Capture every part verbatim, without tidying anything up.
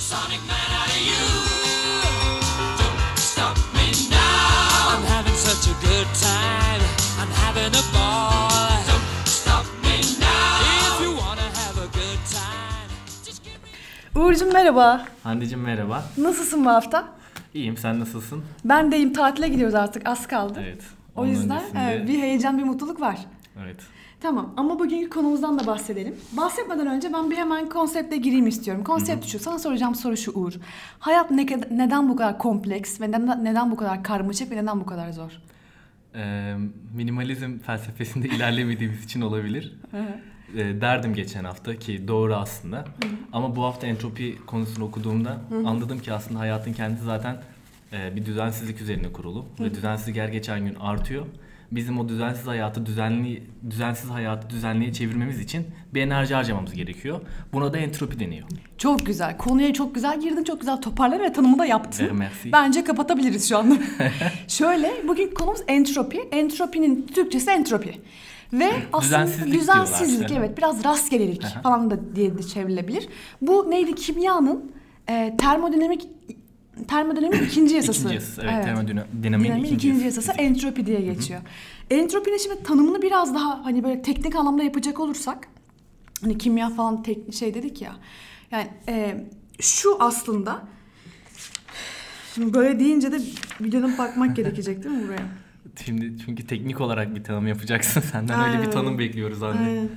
supersonic man out of you. Don't stop me now. I'm having such a good time. I'm having a ball. Don't stop me now. If you wanna have a good time, just give me... Uğur'cum merhaba. Hande'cim merhaba. Nasılsın bu hafta? İyiyim, sen nasılsın? Ben deyim, tatile gidiyoruz artık, az kaldı. Evet. O yüzden öncesinde... evet, bir heyecan, bir mutluluk var. Evet. Tamam, ama bugünkü konumuzdan da bahsedelim. Bahsetmeden önce ben bir hemen konsepte gireyim istiyorum. Konsept Hı-hı. şu, sana soracağım soru şu Uğur. Hayat ne, neden bu kadar kompleks ve neden, neden bu kadar karmaşık ve neden bu kadar zor? Ee, minimalizm felsefesinde ilerlemediğimiz için olabilir. e, derdim geçen hafta ki doğru aslında. Hı-hı. Ama bu hafta entropi konusunu okuduğumda Hı-hı. anladım ki aslında hayatın kendisi zaten e, bir düzensizlik üzerine kurulu. Hı-hı. Ve düzensizlik her geçen gün artıyor. Bizim o düzensiz hayatı düzenli düzensiz hayatı düzenliğe çevirmemiz için bir enerji harcamamız gerekiyor. Buna da entropi deniyor. Çok güzel. Konuya çok güzel girdin, çok güzel toparladın ve tanımı da yaptın. Merci. Bence kapatabiliriz şu anda. Şöyle, bugün konumuz entropi. Entropinin Türkçesi entropi. Ve aslında düzensizlik, düzensizlik evet, biraz rastgelelik falan da diye de çevrilebilir. Bu neydi? Kimyanın e, termodinamik Termodinamiğin ikinci yasası. İkinci yasası, evet. evet. Termodinamiğin ikinci, ikinci yasası Fizik. entropi diye geçiyor. Hı-hı. Entropinin şimdi tanımını biraz daha hani böyle teknik anlamda yapacak olursak, hani kimya falan tek, şey dedik ya. Yani e, şu aslında, şimdi böyle deyince de bir dönüp bakmak gerekecek değil mi buraya? Şimdi çünkü teknik olarak bir tanım yapacaksın. Senden Aynen. öyle bir tanım bekliyoruz anne. Aynen.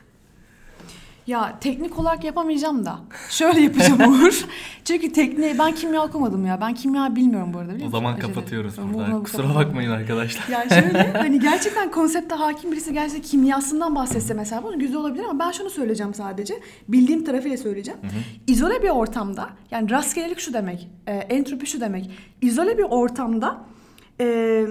Ya teknik olarak yapamayacağım da. Şöyle yapacağım Uğur. Çünkü tekniği, ben kimya okumadım ya. Ben kimya bilmiyorum bu arada. O zaman kapatıyoruz ederim. burada. Kusura kapatalım. bakmayın arkadaşlar. Ya şöyle hani gerçekten konsepte hakim birisi gerçekten kimyasından bahsetse mesela bu güzel olabilir ama ben şunu söyleyeceğim sadece. Bildiğim tarafıyla söyleyeceğim. Hı hı. İzole bir ortamda, yani rastgelelik şu demek, e, entropi şu demek. İzole bir ortamda e,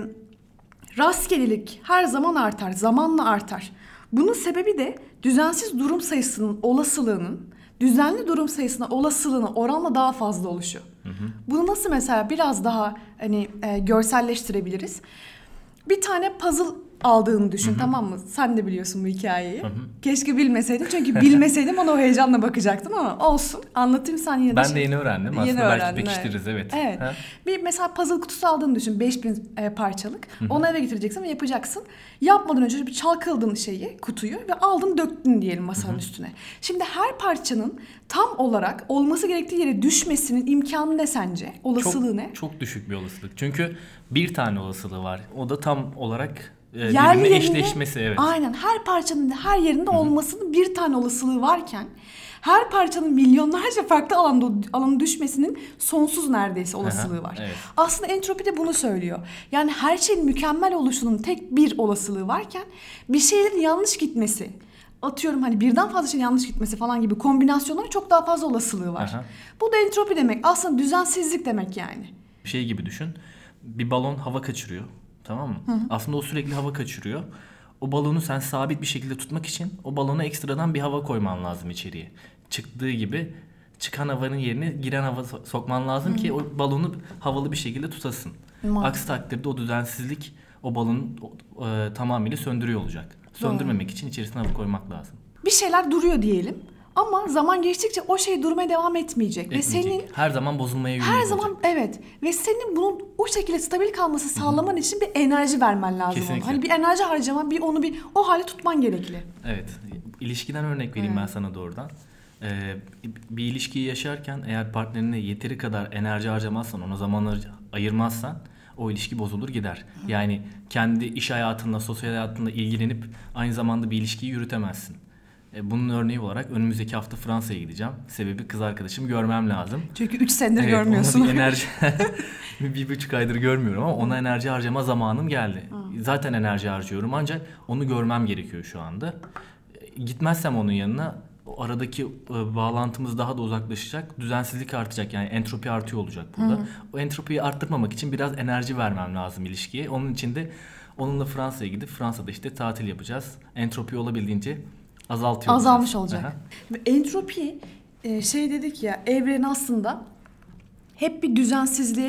rastgelelik her zaman artar, zamanla artar. Bunun sebebi de düzensiz durum sayısının olasılığının düzenli durum sayısına olasılığına oranla daha fazla oluşu. Hı hı. Bunu nasıl mesela biraz daha hani e, görselleştirebiliriz? Bir tane puzzle aldığını düşün, hı hı. tamam mı? Sen de biliyorsun bu hikayeyi. Hı hı. Keşke bilmeseydim çünkü bilmeseydim ona o heyecanla bakacaktım ama olsun. Anlatayım sen yine de. Ben şey. de yeni öğrendim. Yeni Aslında öğrendim, belki pekiştiririz evet. Evet. evet. Bir mesela puzzle kutusu aldığını düşün, beş bin e, parçalık. Hı hı. Onu eve getireceksin ve yapacaksın. Yapmadan önce bir çalkaladın şeyi, kutuyu ve aldın döktün diyelim masanın hı hı. üstüne. Şimdi her parçanın tam olarak olması gerektiği yere düşmesinin imkanı ne sence? Olasılığı çok, ne? Çok düşük bir olasılık. Çünkü bir tane olasılığı var. O da tam olarak e, birbirine eşleşmesi. Evet. Aynen. Her parçanın her yerinde Hı-hı. olmasının bir tane olasılığı varken her parçanın milyonlarca farklı alanda alana düşmesinin sonsuz neredeyse olasılığı Hı-hı. var. Evet. Aslında entropi de bunu söylüyor. Yani her şeyin mükemmel oluşunun tek bir olasılığı varken bir şeylerin yanlış gitmesi, atıyorum hani birden fazla şeyin yanlış gitmesi falan gibi kombinasyonların çok daha fazla olasılığı var. Hı-hı. Bu da entropi demek. Aslında düzensizlik demek yani. Şey gibi düşün. Bir balon hava kaçırıyor. Tamam mı? Hı hı. Aslında o sürekli hava kaçırıyor. O balonu sen sabit bir şekilde tutmak için o balona ekstradan bir hava koyman lazım içeriye. Çıktığı gibi çıkan havanın yerine giren hava sokman lazım hı hı. ki o balonu havalı bir şekilde tutasın. Hı. Aksi takdirde o düzensizlik o balonu e, tamamıyla söndürüyor olacak. Söndürmemek hı. için içerisine hava koymak lazım. Bir şeyler duruyor diyelim. Ama zaman geçtikçe o şey durmaya devam etmeyecek. etmeyecek. Ve senin her zaman bozulmaya yönelik Her zaman olacak. Evet. Ve senin bunun o şekilde stabil kalması sağlaman Hı-hı. için bir enerji vermen lazım. Kesinlikle. Ona. Hani bir enerji harcaman, bir onu bir o hale tutman gerekli. Evet. İlişkiden örnek vereyim evet. ben sana doğrudan. Ee, bir ilişkiyi yaşarken eğer partnerine yeteri kadar enerji harcamazsan, ona zamanları ayırmazsan o ilişki bozulur gider. Hı. Yani kendi iş hayatında, sosyal hayatında ilgilenip aynı zamanda bir ilişkiyi yürütemezsin. Bunun örneği olarak önümüzdeki hafta Fransa'ya gideceğim. Sebebi kız arkadaşımı görmem lazım. Çünkü üç senedir evet, görmüyorsun. Ona bir enerji, bir buçuk aydır görmüyorum ama ona enerji harcama zamanım geldi. Hı. Zaten enerji harcıyorum ancak onu görmem gerekiyor şu anda. Gitmezsem onun yanına o aradaki bağlantımız daha da uzaklaşacak. Düzensizlik artacak, yani entropi artıyor olacak burada. Hı. O entropiyi arttırmamak için biraz enerji vermem lazım ilişkiye. Onun için de onunla Fransa'ya gidip Fransa'da işte tatil yapacağız. Entropi olabildiğince azaltıyor azalmış olacak. Aha. Entropi şey dedik ya, evren aslında hep bir düzensizliğe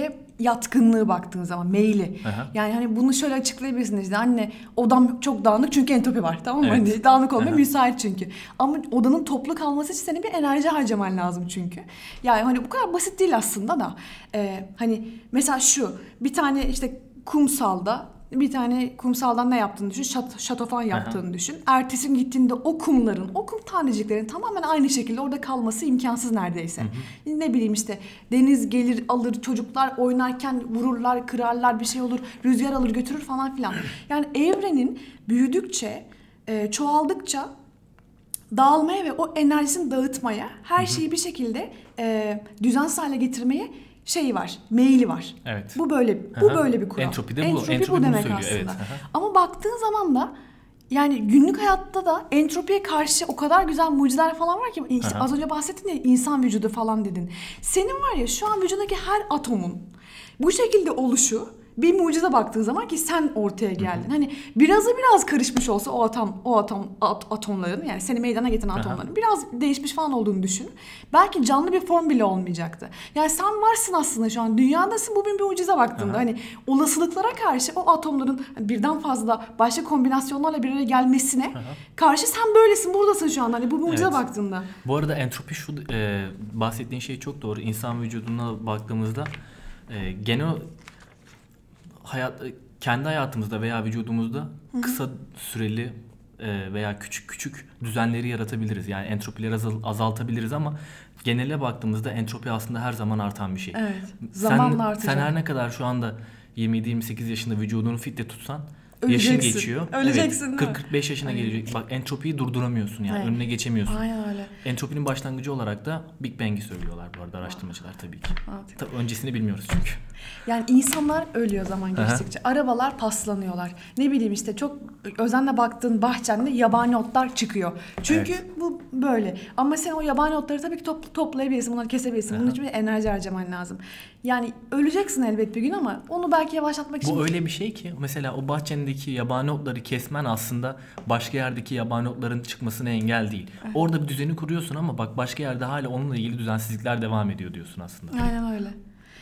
yatkınlığı baktığın zaman meyli. Aha. Yani hani bunu şöyle açıklayabilirsin işte anne odam çok dağınık çünkü entropi var, tamam mı? Evet. Hani dağınık olmaya müsait çünkü. Ama odanın toplu kalması için senin bir enerji harcaman lazım çünkü. Yani hani bu kadar basit değil aslında da. Ee, hani mesela şu bir tane işte kumsalda bir tane kumsaldan ne yaptığını düşün, şat, şatofan yaptığını Aha. düşün. Ertesi gün gittiğinde o kumların, o kum taneciklerin tamamen aynı şekilde orada kalması imkansız neredeyse. Hı hı. Ne bileyim işte deniz gelir alır, çocuklar oynarken vururlar, kırarlar, bir şey olur, rüzgar alır götürür falan filan. Yani evrenin büyüdükçe, e, çoğaldıkça dağılmaya ve o enerjisini dağıtmaya, her şeyi bir şekilde e, düzensiz hale getirmeye şeyi var, meyili var. Evet. Bu böyle bu Aha. böyle bir kural. Entropi de bu. Entropi, Entropi bu demek söylüyor. aslında. Evet. Ama baktığın zaman da yani günlük hayatta da entropiye karşı o kadar güzel mucizeler falan var ki işte az önce bahsettin ya insan vücudu falan dedin. Senin var ya şu an vücudundaki her atomun bu şekilde oluşu bir mucize baktığın zaman ki sen ortaya geldin. Hı hı. Hani birazı biraz karışmış olsa o atom o atom at, atomların yani seni meydana getiren atomların Aha. biraz değişmiş falan olduğunu düşün. Belki canlı bir form bile olmayacaktı. Yani sen varsın aslında şu an dünyadasın, bu bir mucize baktığında. Aha. Hani olasılıklara karşı o atomların birden fazla başka kombinasyonlarla bir araya gelmesine Aha. karşı sen böylesin, buradasın şu an. Hani bu mucize evet. baktığında. Bu arada entropi şu e, bahsettiğin şey çok doğru. İnsan vücuduna baktığımızda e, genel hayat kendi hayatımızda veya vücudumuzda Hı-hı. kısa süreli e, veya küçük küçük düzenleri yaratabiliriz. Yani entropileri azal, azaltabiliriz ama genele baktığımızda entropi aslında her zaman artan bir şey. Evet. Zamanla sen, artacak. Sen her ne kadar şu anda yirmi yedi yirmi sekiz yaşında vücudunu fit de tutsan Öleceksin. Yaşın geçiyor. Öleceksin evet, kırk kırk beş yaşına Aynen. gelecek. Bak entropiyi durduramıyorsun yani. Evet. Önüne geçemiyorsun. Aynen öyle. Entropinin başlangıcı olarak da Big Bang'i söylüyorlar bu arada araştırmacılar tabii ki. Tabii öncesini bilmiyoruz çünkü. Yani insanlar ölüyor zaman geçtikçe. Aha. Arabalar paslanıyorlar. Ne bileyim işte çok özenle baktığın bahçende yabani otlar çıkıyor. Çünkü evet. bu böyle. Ama sen o yabani otları tabii ki top, toplayabilirsin. Bunları kesebilirsin. Bunun için bir enerji harcaman lazım. Yani öleceksin elbet bir gün ama onu belki yavaşlatmak için... Bu öyle bir şey ki mesela o bahçendeki yabani otları kesmen aslında başka yerdeki yabani otların çıkmasına engel değil. Evet. Orada bir düzeni kuruyorsun ama bak başka yerde hala onunla ilgili düzensizlikler devam ediyor diyorsun aslında. Aynen öyle.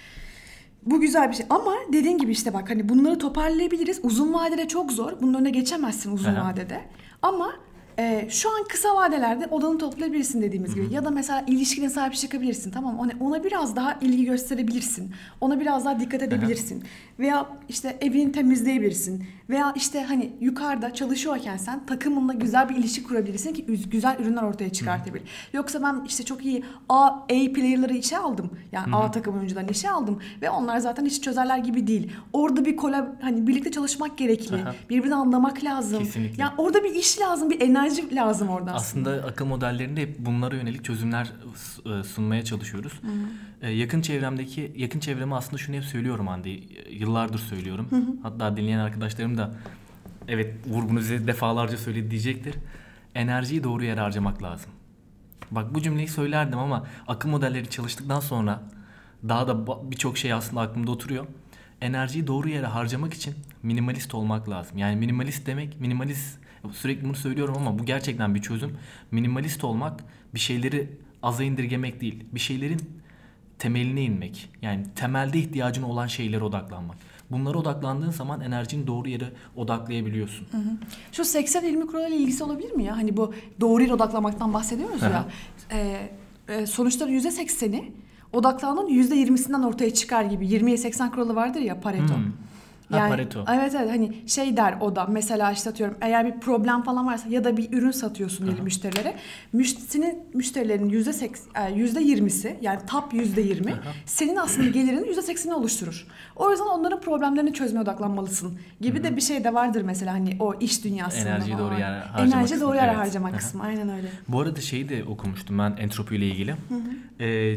Bu güzel bir şey ama dediğin gibi işte bak hani bunları toparlayabiliriz. Uzun vadede çok zor. Bunun önüne geçemezsin uzun Aha. vadede. Ama e, şu an kısa vadelerde odanı toplayabilirsin dediğimiz Hı-hı. gibi. Ya da mesela ilişkine sahip çıkabilirsin, tamam mı? Hani ona biraz daha ilgi gösterebilirsin. Ona biraz daha dikkat edebilirsin. Aha. Veya işte evini temizleyebilirsin. Veya işte hani yukarıda çalışıyorken sen takımınla güzel bir ilişki kurabilirsin ki güzel ürünler ortaya çıkartabilir. Hı-hı. Yoksa ben işte çok iyi A, A player'ları işe aldım. Yani Hı-hı. A takım oyuncularını işe aldım ve onlar zaten hiç çözerler gibi değil. Orada bir kolab hani birlikte çalışmak gerekli. Aha. Birbirini anlamak lazım. Kesinlikle. Yani orada bir iş lazım, bir enerji lazım orada aslında. Aslında akıl modellerinde hep bunlara yönelik çözümler sunmaya çalışıyoruz. Ee, yakın çevremdeki yakın çevreme aslında şunu hep söylüyorum Hande. Yıllardır söylüyorum. Hı hı. Hatta dinleyen arkadaşlarım da evet Vur bunu size defalarca söyledi diyecektir. Enerjiyi doğru yere harcamak lazım. Bak bu cümleyi söylerdim ama akıl modelleri çalıştıktan sonra daha da birçok şey aslında aklımda oturuyor. Enerjiyi doğru yere harcamak için minimalist olmak lazım. Yani minimalist demek, minimalist sürekli bunu söylüyorum ama bu gerçekten bir çözüm. Minimalist olmak bir şeyleri aza indirgemek değil. Bir şeylerin temeline inmek. Yani temelde ihtiyacın olan şeylere odaklanmak. Bunlara odaklandığın zaman enerjini doğru yere odaklayabiliyorsun. Hı hı. Şu seksen yirmi kuralıyla ilgisi olabilir mi ya? Hani bu doğru yere odaklamaktan bahsediyoruz ya. Ee, e, sonuçların yüzde sekseni odaklandığın yüzde yirmisinden ortaya çıkar gibi. yirmiye seksen kuralı vardır ya, Pareto. Hmm. Yani, ha, Pareto. Evet evet hani şey der o da mesela işte atıyorum eğer bir problem falan varsa ya da bir ürün satıyorsun diyelim müşterilere. Müşterinin müşterilerin yüzde seksen, yüzde yirmisi yani top yüzde yirmi senin aslında gelirinin yüzde seksenini oluşturur. O yüzden onların problemlerini çözmeye odaklanmalısın gibi Hı-hı. de bir şey de vardır mesela hani o iş dünyasında. Enerjiyi doğru yere harcamak Enerji doğru yere evet. harcamak kısmı aynen öyle. Bu arada şeyi de okumuştum ben entropi ile ilgili. Ee,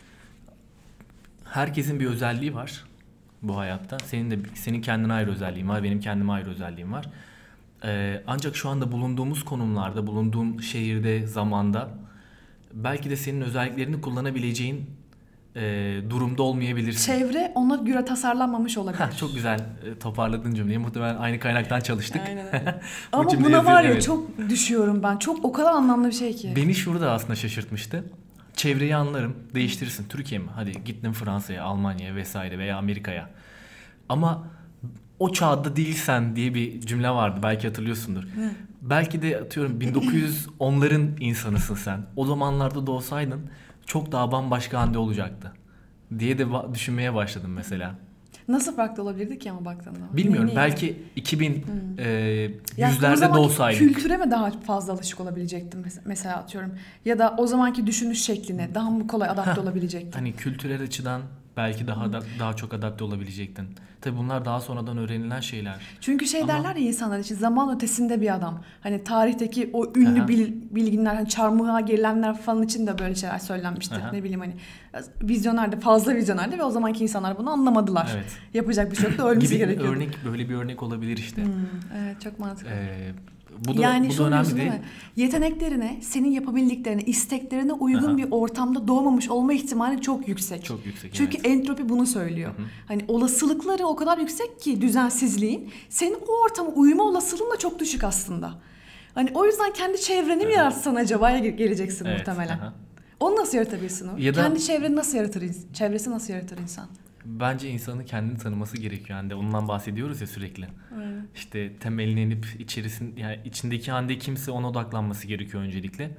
herkesin bir özelliği var. Bu hayatta. Senin de senin kendine ayrı özelliğin var, benim kendime ayrı özelliğim var. Ee, ancak şu anda bulunduğumuz konumlarda, bulunduğum şehirde, zamanda belki de senin özelliklerini kullanabileceğin e, durumda olmayabilirsin. Çevre ona göre tasarlanmamış olabilir. Ha, çok güzel e, toparladın cümleyi. Muhtemelen aynı kaynaktan çalıştık. Aynen. Bu Ama buna var ya evet. çok düşüyorum ben. Çok o kadar anlamlı bir şey ki. Beni şurada aslında şaşırtmıştı. çevreyi anlarım, değiştirirsin. Türkiye mi? Hadi gittin Fransa'ya, Almanya'ya vesaire veya Amerika'ya. Ama o çağda değilsen diye bir cümle vardı. Belki hatırlıyorsundur. Hı. Belki de atıyorum bin dokuz yüz onların insanısın sen. O zamanlarda doğsaydın çok daha bambaşka Hande olacaktı diye de ba- düşünmeye başladım mesela. Nasıl farklı olabilirdi ki ama baktığında? Bilmiyorum. Ne, belki iki bin hmm. e, yüzlerde doğsaydık. Kültüre mi daha fazla alışık olabilecektim mesela atıyorum. Ya da o zamanki düşünüş şekline daha mı kolay adapte olabilecektin? Hani kültürel açıdan belki daha da, daha çok adapte olabilecektin. Tabii bunlar daha sonradan öğrenilen şeyler. Çünkü şey Ama... derler ya insanlar için zaman ötesinde bir adam. Hani tarihteki o ünlü bil, bilginler, hani çarmıha gerilenler falan için de böyle şeyler söylenmiştir. Aha. Ne bileyim hani vizyonerdi, fazla vizyonerdi ve o zamanki insanlar bunu anlamadılar. Evet. Yapacak bir şey yok da ölmesi gerekiyordu. Örnek, böyle bir örnek olabilir işte. Hmm, evet, çok mantıklı. Ee, Bu da, yani bu da önemli değil. değil mi? Yeteneklerine, senin yapabildiklerine, isteklerine uygun Aha. bir ortamda doğmamış olma ihtimali çok yüksek. Çok yüksek. Çünkü evet. entropi bunu söylüyor. Hı hı. Hani olasılıkları o kadar yüksek ki düzensizliğin, senin o ortama uyuma olasılığın da çok düşük aslında. Hani o yüzden kendi çevreni mi yaratsan acaba geleceksin evet. muhtemelen. Aha. Onu nasıl yaratabilirsin o? Ya kendi da... çevreni nasıl yaratır? Çevresi nasıl yaratır insan? Bence insanın kendini tanıması gerekiyor. Yani de ondan bahsediyoruz ya sürekli. Evet. İşte temeline inip içerisin, yani içindeki Hande kimse ona odaklanması gerekiyor öncelikle.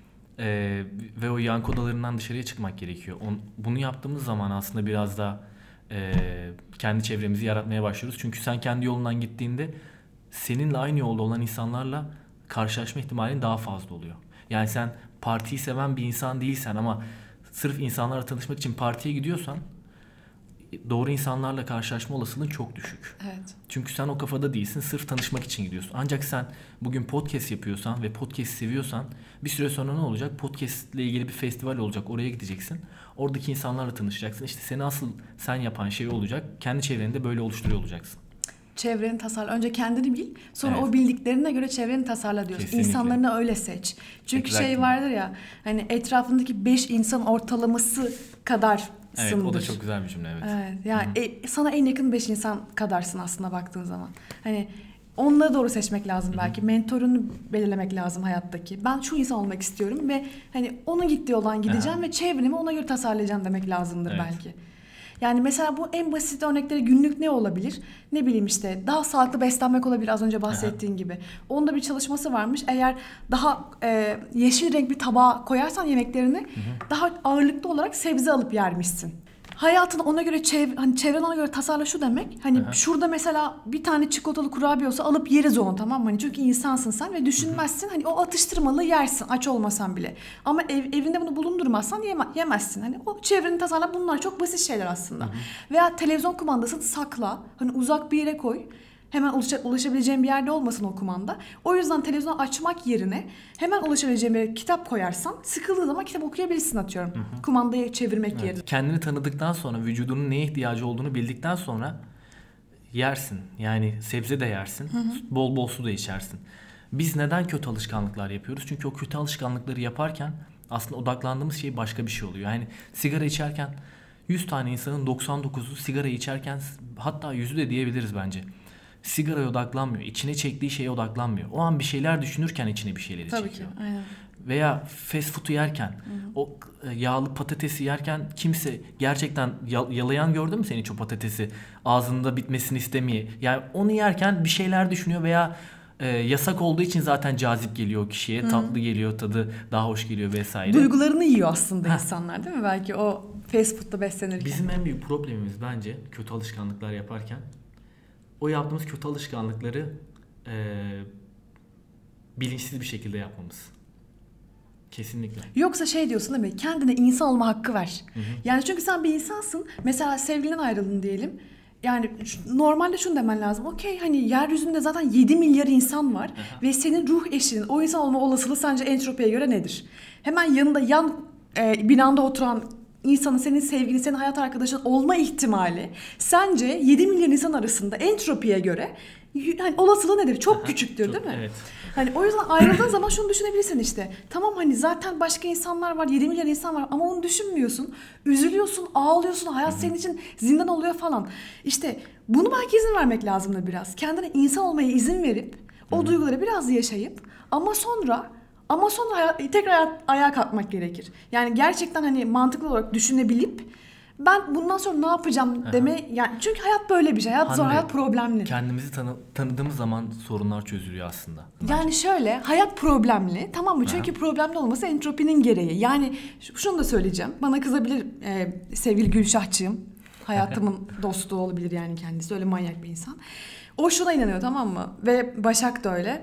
Ee, ve o yankı odalarından dışarıya çıkmak gerekiyor. On, bunu yaptığımız zaman aslında biraz da e, kendi çevremizi yaratmaya başlıyoruz. Çünkü sen kendi yolundan gittiğinde seninle aynı yolda olan insanlarla karşılaşma ihtimalin daha fazla oluyor. Yani sen partiyi seven bir insan değilsen ama sırf insanlarla tanışmak için partiye gidiyorsan doğru insanlarla karşılaşma olasılığın çok düşük. Evet. Çünkü sen o kafada değilsin, sırf tanışmak için gidiyorsun. Ancak sen bugün podcast yapıyorsan ve podcast seviyorsan bir süre sonra ne olacak? Podcast ile ilgili bir festival olacak, oraya gideceksin. Oradaki insanlarla tanışacaksın. İşte seni asıl sen yapan şey olacak. Kendi çevreni de böyle oluşturuyor olacaksın. Çevreni tasarla. Önce kendini bil. Sonra evet. o bildiklerine göre çevreni tasarla diyorsun. Kesinlikle. İnsanlarını öyle seç. Çünkü exactly. şey vardır ya, hani etrafındaki beş insan ortalaması kadar Evet, o da çok güzel bir cümle, evet. Evet, yani e, sana en yakın beş insan kadarsın aslında baktığın zaman. Hani onları doğru seçmek lazım belki. Hı-hı. Mentorunu belirlemek lazım hayattaki. Ben şu insan olmak istiyorum ve hani onun gittiği yoldan gideceğim Aha. ve çevremi ona göre tasarlayacağım demek lazımdır evet. belki. Yani mesela bu en basit örnekleri günlük ne olabilir? Ne bileyim işte daha sağlıklı beslenmek olabilir, az önce bahsettiğin Aha. gibi. Onda bir çalışması varmış. Eğer daha e, yeşil renk bir tabağa koyarsan yemeklerini Hı-hı. daha ağırlıklı olarak sebze alıp yermişsin. Hayatını ona göre çev hani çevreni ona göre tasarla şu demek. Hani Aha. şurada mesela bir tane çikolatalı kurabiye olsa alıp yeriz onu, tamam mı? Hani çünkü insansın sen ve düşünmezsin. Hı-hı. Hani o atıştırmalığı yersin aç olmasan bile. Ama ev, evinde bunu bulundurmazsan yeme, yemezsin. Hani o çevreni tasarla, bunlar çok basit şeyler aslında. Hı-hı. Veya televizyon kumandasını sakla. Hani uzak bir yere koy. Hemen ulaşa, ulaşabileceğim bir yerde olmasın o kumanda. O yüzden televizyonu açmak yerine hemen ulaşabileceğim bir kitap koyarsan sıkıldığı zaman kitap okuyabilirsin atıyorum. Hı hı. Kumandayı çevirmek evet. yerine. Kendini tanıdıktan sonra, vücudunun neye ihtiyacı olduğunu bildikten sonra yersin. Yani sebze de yersin. Hı hı. Bol bol su da içersin. Biz neden kötü alışkanlıklar yapıyoruz? Çünkü o kötü alışkanlıkları yaparken aslında odaklandığımız şey başka bir şey oluyor. Yani sigara içerken yüz tane insanın doksan dokuzu sigara içerken, hatta yüzü de diyebiliriz bence, sigaraya odaklanmıyor. İçine çektiği şeye odaklanmıyor. O an bir şeyler düşünürken içine bir şeyleri Tabii çekiyor. Tabii ki. Aynen. Veya fast food'u yerken, Hı-hı. o yağlı patatesi yerken kimse gerçekten yalayan gördün mü sen hiç o patatesi? Ağzında bitmesini istemiyor. Yani onu yerken bir şeyler düşünüyor veya e, yasak olduğu için zaten cazip geliyor o kişiye. Hı-hı. Tatlı geliyor, tadı daha hoş geliyor vesaire. Duygularını yiyor aslında insanlar değil mi? Belki o fast food'da beslenirken. Bizim en büyük problemimiz bence kötü alışkanlıklar yaparken o yaptığımız kötü alışkanlıkları e, bilinçsiz bir şekilde yapmamız. Kesinlikle. Yoksa şey diyorsun değil mi? Kendine insan olma hakkı ver. Hı hı. Yani çünkü sen bir insansın. Mesela sevgiliden ayrıldın diyelim. Yani normalde şunu demen lazım. Okey, hani yeryüzünde zaten yedi milyar insan var. Aha. Ve senin ruh eşinin o insan olma olasılığı sence entropiye göre nedir? Hemen yanında yan e, binanda oturan insanın senin sevgilin, senin hayat arkadaşın olma ihtimali sence yedi milyon insan arasında entropiye göre yani olasılığı nedir? Çok Aha, küçüktür çok, değil mi? Evet. Hani o yüzden ayrıldığın zaman şunu düşünebilirsin işte. Tamam, hani zaten başka insanlar var, yedi milyar insan var ama onu düşünmüyorsun. Üzülüyorsun, ağlıyorsun, hayat Hı-hı. senin için zindan oluyor falan. İşte bunu belki izin vermek lazım da biraz. Kendine insan olmaya izin verip o Hı-hı. duyguları biraz yaşayıp ama sonra Ama sonra hayat, tekrar hayat, ayağa kalkmak gerekir. Yani gerçekten hani mantıklı olarak düşünebilip ben bundan sonra ne yapacağım deme. Yani çünkü hayat böyle bir şey. Hayat zor, hayat problemli. Kendimizi tanı, tanıdığımız zaman sorunlar çözülüyor aslında. Bence. Yani şöyle, hayat problemli, tamam mı? Çünkü Aha. problemli olması entropinin gereği. Yani şunu da söyleyeceğim. Bana kızabilir e, sevgili Gülşahçığım. Hayatımın dostu olabilir yani kendisi. Öyle manyak bir insan. O şuna inanıyor, tamam mı? Ve Başak da öyle.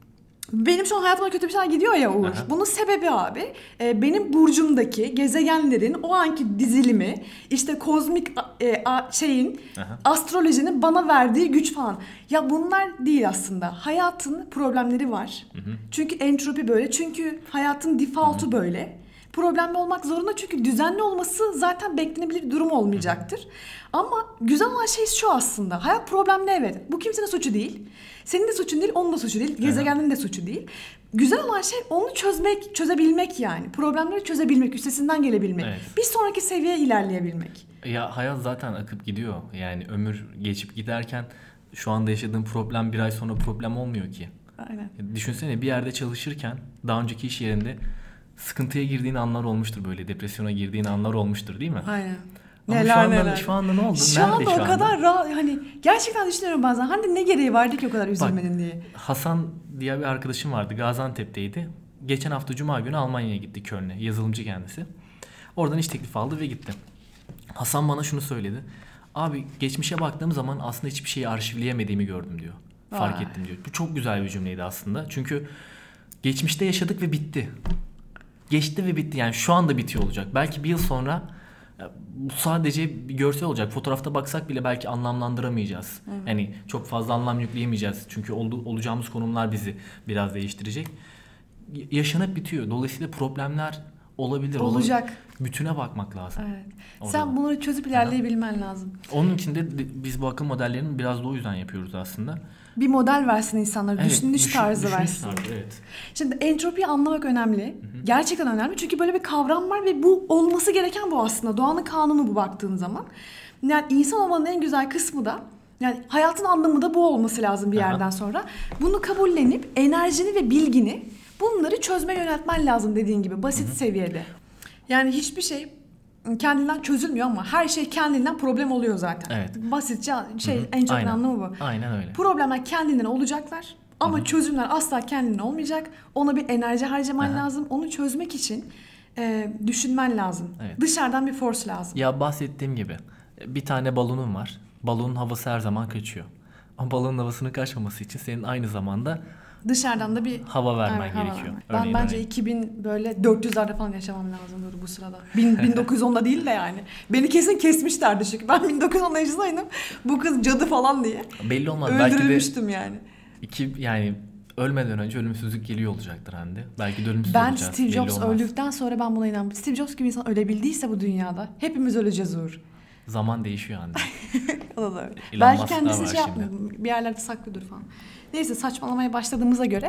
Benim şu an hayatıma kötü bir şeyler gidiyor ya Uğur. Aha. Bunun sebebi abi e, benim burcumdaki gezegenlerin o anki dizilimi, işte kozmik e, a, şeyin, Aha. astrolojinin bana verdiği güç falan. Ya bunlar değil aslında. Hayatın problemleri var. Hı hı. Çünkü entropi böyle. Çünkü hayatın default'u böyle. Problemli olmak zorunda çünkü düzenli olması zaten beklenebilir bir durum olmayacaktır. Hı. Ama güzel olan şey şu aslında. Hayat problemli, evet. Bu kimsenin suçu değil. Senin de suçun değil, onun da suçu değil. Gezegenin de suçu değil. Güzel olan şey onu çözmek, çözebilmek yani. Problemleri çözebilmek, üstesinden gelebilmek. Evet. Bir sonraki seviyeye ilerleyebilmek. Ya hayat zaten akıp gidiyor. Yani ömür geçip giderken şu anda yaşadığın problem bir ay sonra problem olmuyor ki. Aynen. Düşünsene bir yerde çalışırken daha önceki iş yerinde sıkıntıya girdiğin anlar olmuştur, böyle depresyona girdiğin anlar olmuştur değil mi? Aynen. Ama neler, şu anda neler. Şu anda ne oldu? Şu Nerede anda şu o anda? kadar rahat, hani gerçekten düşünüyorum bazen. Hani ne gereği vardı ki o kadar üzülmedin Bak, diye. Hasan diye bir arkadaşım vardı. Gaziantep'teydi. Geçen hafta Cuma günü Almanya'ya gitti, Köln'e. Yazılımcı kendisi. Oradan iş teklifi aldı ve gitti. Hasan bana şunu söyledi. Abi geçmişe baktığım zaman aslında hiçbir şeyi arşivleyemediğimi gördüm diyor. Fark Aa. ettim diyor. Bu çok güzel bir cümleydi aslında. Çünkü geçmişte yaşadık ve bitti. Geçti ve bitti. Yani şu anda bitiyor olacak. Belki bir yıl sonra bu sadece bir görsel olacak. Fotoğrafta baksak bile belki anlamlandıramayacağız. Evet. Yani çok fazla anlam yükleyemeyeceğiz. Çünkü ol, olacağımız konumlar bizi biraz değiştirecek. Yaşanıp bitiyor. Dolayısıyla problemler olabilir. Olacak. Olabilir. Bütüne bakmak lazım. Evet. Sen bunları çözüp ilerleyebilmen Aha. lazım. Onun için de biz bu akıl modellerini biraz da o yüzden yapıyoruz aslında. Bir model versin insanlara, evet, düşünüş düşün, tarzı düşünüş versin. Tarzı, evet. Şimdi entropiyi anlamak önemli. Hı hı. Gerçekten önemli. Çünkü böyle bir kavram var ve bu olması gereken bu aslında. Doğanın kanunu bu baktığın zaman. Yani insan olmanın en güzel kısmı da, yani hayatın anlamı da bu olması lazım bir yerden Aha. sonra. Bunu kabullenip enerjini ve bilgini bunları çözmeye yöneltmen lazım dediğin gibi basit hı hı. seviyede. Yani hiçbir şey kendinden çözülmüyor ama her şey kendinden problem oluyor zaten. Evet. Basitçe şey, Hı-hı. en çok Aynen. anlamı bu. Aynen öyle. Problemler kendinden olacaklar ama Hı-hı. çözümler asla kendinden olmayacak. Ona bir enerji harcaman Hı-hı. lazım. Onu çözmek için e, düşünmen lazım. Evet. Dışarıdan bir force lazım. Ya bahsettiğim gibi bir tane balonun var. Balonun havası her zaman kaçıyor. Ama balonun havasının kaçmaması için senin aynı zamanda dışarıdan da bir hava vermen evet, gerekiyor. Hava ben bence örneğin. iki bin böyle dört yüzlerde falan yaşamam lazım bu sırada. bin dokuz yüz onda değil de yani. Beni kesin kesmişlerdi çünkü. Ben bin dokuz yüz onda yaşasaydım bu kız cadı falan diye. Belli olmaz. Öldürülmüştüm yani. İki yani ölmeden önce ölümsüzlük geliyor olacaktır Hande. Belki de ölümsüz ben olacağız. Ben Steve Jobs öldükten sonra ben buna inanmıyorum. Steve Jobs gibi insan ölebildiyse bu dünyada hepimiz öleceğiz Uğur. Zaman değişiyor Hande. O da öyle. Belki kendisi şey yapmıyor. Bir yerlerde saklıdır falan. Neyse saçmalamaya başladığımıza göre.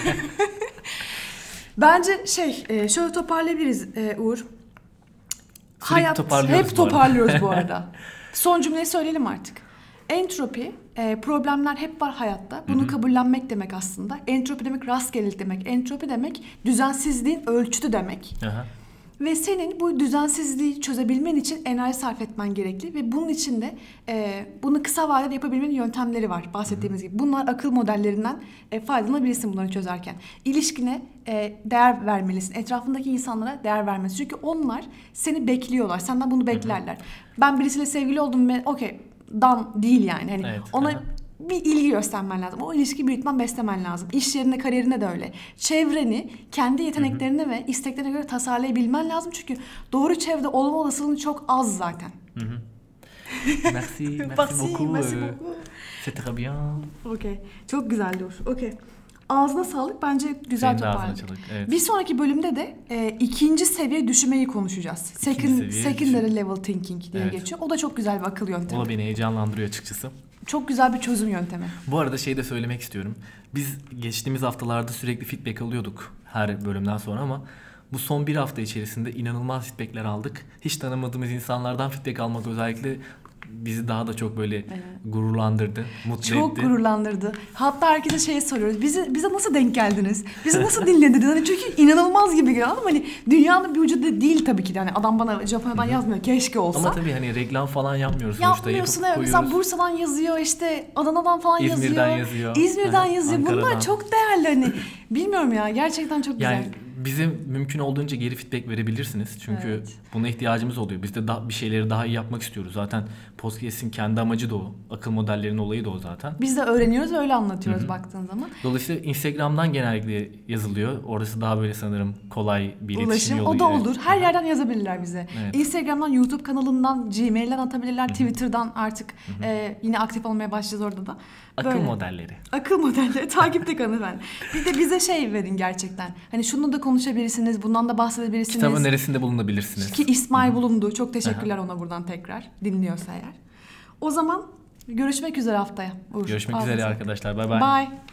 Bence şey şöyle toparlayabiliriz Uğur. Sürekli hayat toparlıyoruz hep bu toparlıyoruz bu arada. Son cümleyi söyleyelim artık. Entropi, problemler hep var hayatta. Bunu Hı-hı. kabullenmek demek aslında. Entropi demek rastgelelik demek. Entropi demek düzensizliğin ölçütü demek. Aha. Ve senin bu düzensizliği çözebilmen için enerji sarf etmen gerekli ve bunun için de e, bunu kısa vadede yapabilmenin yöntemleri var bahsettiğimiz Hı-hı. gibi. Bunlar akıl modellerinden e, faydalanabilirsin bunları çözerken. İlişkine e, değer vermelisin. Etrafındaki insanlara değer vermelisin. Çünkü onlar seni bekliyorlar. Senden bunu beklerler. Hı-hı. Ben birisiyle sevgili oldum ve okey dan değil yani. Hani evet, ona aha. bir ilgi göstermen lazım. O ilişkiyi büyütmen, beslemen lazım. İş yerinde, kariyerinde de öyle. Çevreni kendi yeteneklerine Hı-hı. ve isteklerine göre tasarlayabilmen lazım. Çünkü doğru çevrede olma olasılığın çok az zaten. Hı-hı. Merci, merci beaucoup. Merci beaucoup. C'est très bien. Okey. Çok güzeldi o. Okey. Ağzına sağlık. Bence güzel toparladın. Evet. Bir sonraki bölümde de e, ikinci seviye düşünmeyi konuşacağız. Second, secondary düşün. level thinking diye evet. geçiyor. O da çok güzel bir akıl yöntemi. O da beni heyecanlandırıyor açıkçası. Çok güzel bir çözüm yöntemi. Bu arada şey de söylemek istiyorum. Biz geçtiğimiz haftalarda sürekli feedback alıyorduk her bölümden sonra ama bu son bir hafta içerisinde inanılmaz feedbackler aldık. Hiç tanımadığımız insanlardan feedback almak özellikle bizi daha da çok böyle evet. gururlandırdı, mutlu çok etti. Çok gururlandırdı. Hatta herkese şey soruyoruz. Bizi, bize nasıl denk geldiniz? Bizi nasıl dinlediniz? Hani çünkü inanılmaz gibi geliyor ama hani dünyanın bir ucu da değil tabii ki de. Hani adam bana Japonya'dan Hı-hı. yazmıyor. Keşke olsa. Ama tabii hani reklam falan yapmıyoruz. Yapmıyorsun evet. Mesela Bursa'dan yazıyor, işte Adana'dan falan İzmir'den yazıyor. yazıyor. İzmir'den yazıyor. Ankara'dan. Bunlar çok değerli hani. Bilmiyorum ya, gerçekten çok güzel. Yani bize mümkün olduğunca geri feedback verebilirsiniz. Çünkü evet. buna ihtiyacımız oluyor. Biz de daha, bir şeyleri daha iyi yapmak istiyoruz. Zaten podcast'in kendi amacı da o. Akıl modellerinin olayı da o zaten. Biz de öğreniyoruz, öyle anlatıyoruz Hı-hı. baktığın zaman. Dolayısıyla Instagram'dan genellikle yazılıyor. Orası daha böyle sanırım kolay bir iletişim Ulaşım, yolu. O da olur. Her Hı-hı. yerden yazabilirler bize. Evet. Instagram'dan, YouTube kanalından, Gmail'den atabilirler. Hı-hı. Twitter'dan artık e, yine aktif olmaya başlayacağız orada da. Böyle. Akıl modelleri. Akıl modelleri. Takipte kalın ben. Bir de bize şey verin gerçekten. Hani şunu da konuşabilirsiniz, bundan da bahsedebilirsiniz. Kitabın neresinde bulunabilirsiniz? Ki İsmail Hı-hı. bulundu. Çok teşekkürler Aha. ona buradan tekrar. Dinliyorsa eğer. O zaman görüşmek üzere haftaya. Uğur, görüşmek ağzınıza. üzere arkadaşlar. Bay bay. Bye.